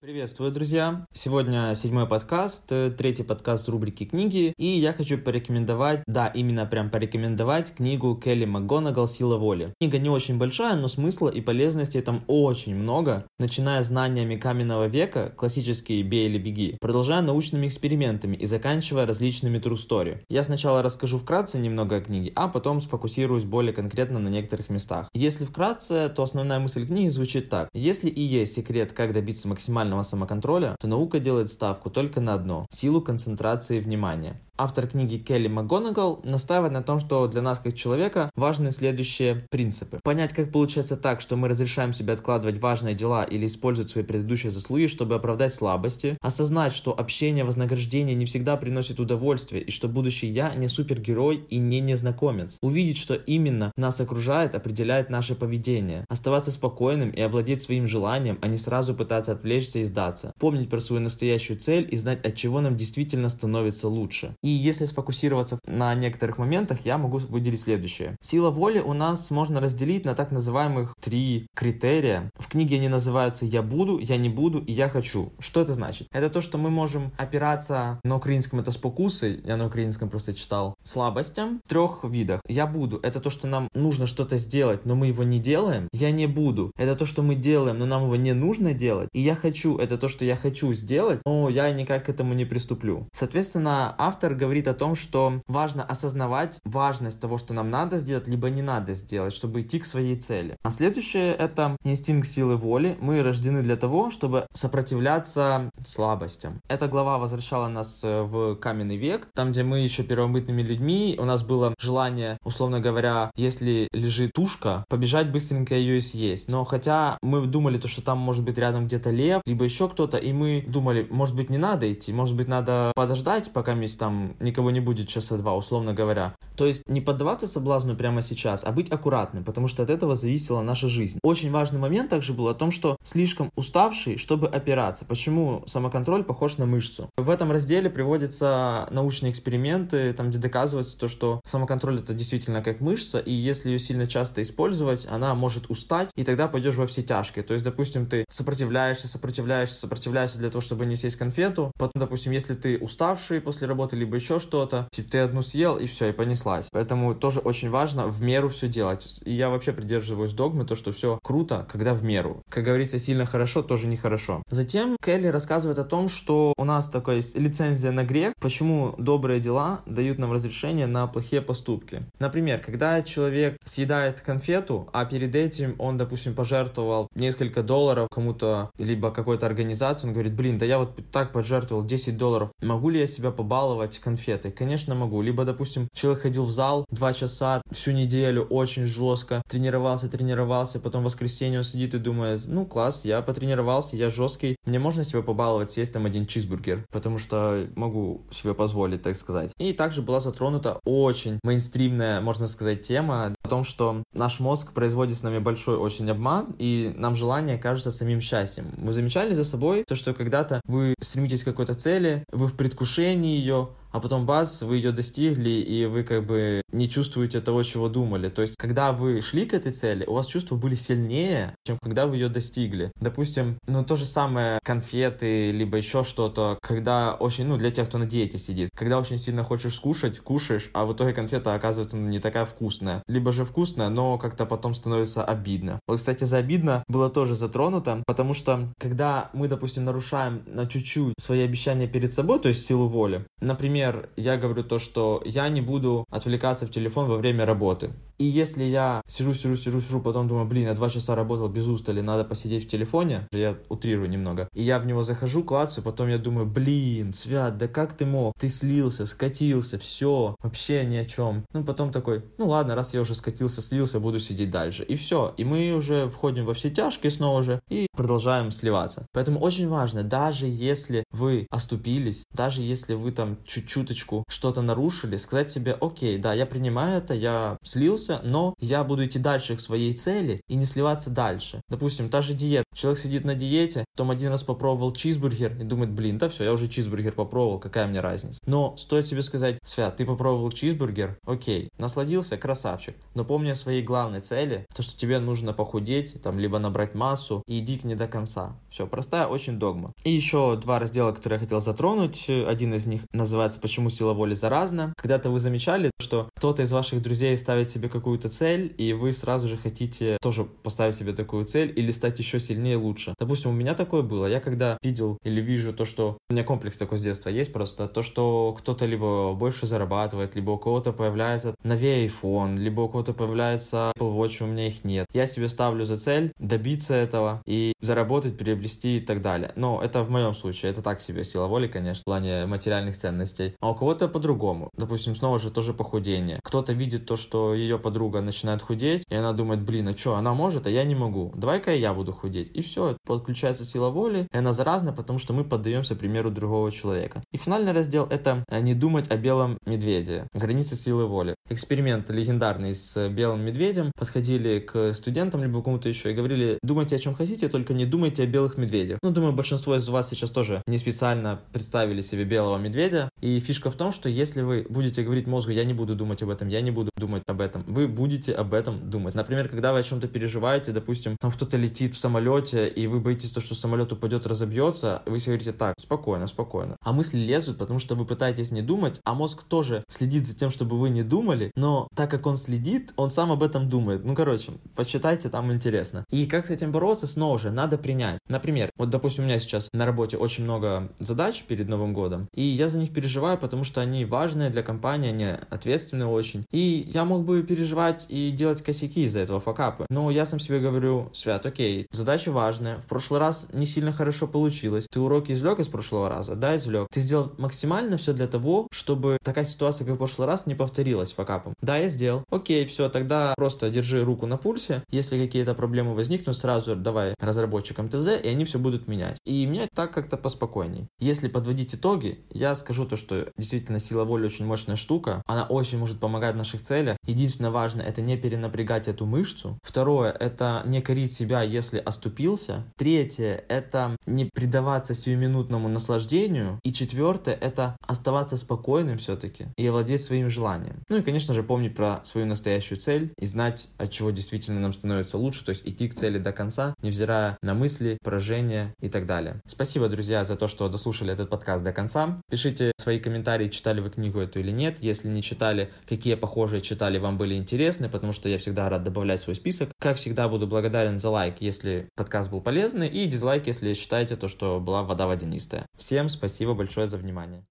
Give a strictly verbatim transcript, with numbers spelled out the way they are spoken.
Приветствую, друзья! Сегодня седьмой подкаст, третий подкаст рубрики «Книги», и я хочу порекомендовать, да, именно прям порекомендовать книгу Келли МакГонагал «Сила воли». Книга не очень большая, но смысла и полезностей там очень много, начиная знаниями каменного века, классические «бей или беги», продолжая научными экспериментами и заканчивая различными true story. Я сначала расскажу вкратце немного о книге, а потом сфокусируюсь более конкретно на некоторых местах. Если вкратце, то основная мысль книги звучит так. Если и есть секрет, как добиться максимального самоконтроля, то наука делает ставку только на одно – силу концентрации внимания. Автор книги Келли МакГонагал настаивает на том, что для нас как человека важны следующие принципы. Понять, как получается так, что мы разрешаем себе откладывать важные дела или использовать свои предыдущие заслуги, чтобы оправдать слабости. Осознать, что общение, вознаграждение не всегда приносит удовольствие, и что будущий я не супергерой и не незнакомец. Увидеть, что именно нас окружает, определяет наше поведение. Оставаться спокойным и овладеть своим желанием, а не сразу пытаться отвлечься и сдаться. Помнить про свою настоящую цель и знать, от чего нам действительно становится лучше. И если сфокусироваться на некоторых моментах, я могу выделить следующее. Сила воли у нас можно разделить на так называемых три критерия. В книге они называются «я буду», «я не буду» и «я хочу». Что это значит? Это то, что мы можем опираться, на украинском это спокусы, я на украинском просто читал, слабостям в трех видах. «Я буду» — это то, что нам нужно что-то сделать, но мы его не делаем. «Я не буду» — это то, что мы делаем, но нам его не нужно делать. И «я хочу» — это то, что я хочу сделать, но я никак к этому не приступлю. Соответственно, автор говорит о том, что важно осознавать важность того, что нам надо сделать, либо не надо сделать, чтобы идти к своей цели. А следующее — это инстинкт силы воли. Мы рождены для того, чтобы сопротивляться слабостям. Эта глава возвращала нас в каменный век, там, где мы еще первобытными людьми, у нас было желание, условно говоря, если лежит тушка, побежать быстренько ее и съесть. Но хотя мы думали, то, что там может быть рядом где-то лев, либо еще кто-то, и мы думали, может быть, не надо идти, может быть, надо подождать, пока есть там никого не будет часа два, условно говоря. То есть не поддаваться соблазну прямо сейчас, а быть аккуратным, потому что от этого зависела наша жизнь. Очень важный момент также был о том, что слишком уставший, чтобы опираться. Почему самоконтроль похож на мышцу? В этом разделе приводятся научные эксперименты, там где доказывается то, что самоконтроль это действительно как мышца, и если ее сильно часто использовать, она может устать, и тогда пойдешь во все тяжкие. То есть, допустим, ты сопротивляешься, сопротивляешься, сопротивляешься для того, чтобы не съесть конфету. Потом, допустим, если ты уставший после работы, либо еще что-то, типа ты одну съел и все, и понеслась. Поэтому тоже очень важно в меру все делать. И я вообще придерживаюсь догмы, то, что все круто, когда в меру. Как говорится, сильно хорошо, тоже нехорошо. Затем Келли рассказывает о том, что у нас такая есть лицензия на грех, почему добрые дела дают нам разрешение на плохие поступки. Например, когда человек съедает конфету, а перед этим он, допустим, пожертвовал несколько долларов кому-то, либо какой-то организации, он говорит, блин, да я вот так пожертвовал десять долларов, могу ли я себя побаловать конфетой? Конечно, могу. Либо, допустим, человек ходил в зал два часа всю неделю, очень жестко, тренировался, тренировался, потом в воскресенье он сидит и думает, ну класс, я потренировался, я жесткий, мне можно себя побаловать, съесть там один чизбургер, потому что могу себе позволить, так сказать. И также была затронута очень мейнстримная, можно сказать, тема о том, что наш мозг производит с нами большой очень обман, и нам желание кажется самим счастьем. Вы замечали за собой то, что когда-то вы стремитесь к какой-то цели, вы в предвкушении ее, а потом бац, вы ее достигли, и вы как бы не чувствуете того, чего думали. То есть, когда вы шли к этой цели, у вас чувства были сильнее, чем когда вы ее достигли. Допустим, ну то же самое конфеты, либо еще что-то, когда очень, ну для тех, кто на диете сидит, когда очень сильно хочешь скушать, кушаешь, а в итоге конфета оказывается ну, не такая вкусная. Либо же вкусная, но как-то потом становится обидно. Вот, кстати, за обидно было тоже затронуто, потому что, когда мы, допустим, нарушаем на чуть-чуть свои обещания перед собой, то есть силу воли, например, я говорю то, что я не буду отвлекаться в телефон во время работы. И если я сижу, сижу, сижу, сижу, потом думаю, блин, я два часа работал без устали, надо посидеть в телефоне, я утрирую немного, и я в него захожу, клацаю, потом я думаю, блин, Свят, да как ты мог? Ты слился, скатился, все, вообще ни о чем. Ну, потом такой, ну ладно, раз я уже скатился, слился, буду сидеть дальше. И все, и мы уже входим во все тяжкие снова же и продолжаем сливаться. Поэтому очень важно, даже если вы оступились, даже если вы там чуть-чуточку что-то нарушили, сказать себе, окей, да, я принимаю это, я слился, сложился, но я буду идти дальше к своей цели и не сливаться дальше. Допустим, та же диета. Человек сидит на диете, потом один раз попробовал чизбургер и думает, блин, да все, я уже чизбургер попробовал, какая мне разница. Но стоит себе сказать, Свят, ты попробовал чизбургер, окей, насладился, красавчик, но помни о своей главной цели, то, что тебе нужно похудеть, там, либо набрать массу, и иди к ней до конца. Все, простая очень догма. И еще два раздела, которые я хотел затронуть. Один из них называется «Почему сила воли заразна». Когда-то вы замечали, что кто-то из ваших друзей ставит себе какую-то цель, и вы сразу же хотите тоже поставить себе такую цель или стать еще сильнее, лучше. Допустим, у меня такое было. Я когда видел или вижу то, что у меня комплекс такой с детства есть просто, то, что кто-то либо больше зарабатывает, либо у кого-то появляется новее iPhone, либо у кого-то появляется Apple Watch, у меня их нет. Я себе ставлю за цель добиться этого и заработать, приобрести и так далее. Но это в моем случае, это так себе сила воли, конечно, в плане материальных ценностей. А у кого-то по-другому. Допустим, снова же тоже похудение. Кто-то видит то, что ее подруга начинает худеть, и она думает, блин, а что, она может, а я не могу. Давай-ка я буду худеть. И все, подключается сила воли, и она заразна, потому что мы поддаемся примеру другого человека. И финальный раздел — это не думать о белом медведе. Границы силы воли. Эксперимент легендарный с белым медведем. Подходили к студентам, либо кому-то еще, и говорили, думайте о чем хотите, только не думайте о белых медведях. Ну, думаю, большинство из вас сейчас тоже не специально представили себе белого медведя. И фишка в том, что если вы будете говорить мозгу, я не буду думать об этом, я не буду думать об этом, вы будете об этом думать. Например, когда вы о чем-то переживаете, допустим, там кто-то летит в самолете, и вы боитесь, то, что самолет упадет, разобьется, вы себе говорите, так, спокойно, спокойно. А мысли лезут, потому что вы пытаетесь не думать, а мозг тоже следит за тем, чтобы вы не думали, но так как он следит, он сам об этом думает. Ну, короче, почитайте, там интересно. И как с этим бороться, снова же, надо принять. Например, вот, допустим, у меня сейчас на работе очень много задач перед Новым годом, и я за них переживаю, потому что они важные для компании, они ответственные очень. И я мог бы переживать и делать косяки из-за этого, факапы. Но я сам себе говорю, Свят, окей, задача важная, в прошлый раз не сильно хорошо получилось. Ты уроки извлек из прошлого раза? Да, извлек. Ты сделал максимально все для того, чтобы такая ситуация, как в прошлый раз, не повторилась факапом. Да, я сделал. Окей, все, тогда просто держи руку на пульсе. Если какие-то проблемы возникнут, сразу давай разработчикам ТЗ, и они все будут менять. И менять так как-то поспокойней. Если подводить итоги, я скажу то, что действительно сила воли очень мощная штука. Она очень может помогать в наших целях. Единственное важное — это не перенапрягать эту мышцу. Второе — это не корить себя, если оступился. Третье — это не предаваться сиюминутному наслаждению. И четвертое — это оставаться спокойным все-таки и овладеть своим желанием. Ну и, конечно же, помнить про свою настоящую цель и знать, от чего действительно нам становится лучше, то есть идти к цели до конца, невзирая на мысли, поражения и так далее. Спасибо, друзья, за то, что дослушали этот подкаст до конца. Пишите свои комментарии, читали вы книгу эту или нет. Если не читали, какие похожие читали, вам были интересны, потому что я всегда рад добавлять в свой список. Как всегда, буду благодарен за лайк, если подкаст был полезный, и дизлайк, если считаете то, что была вода водянистая. Всем спасибо большое за внимание.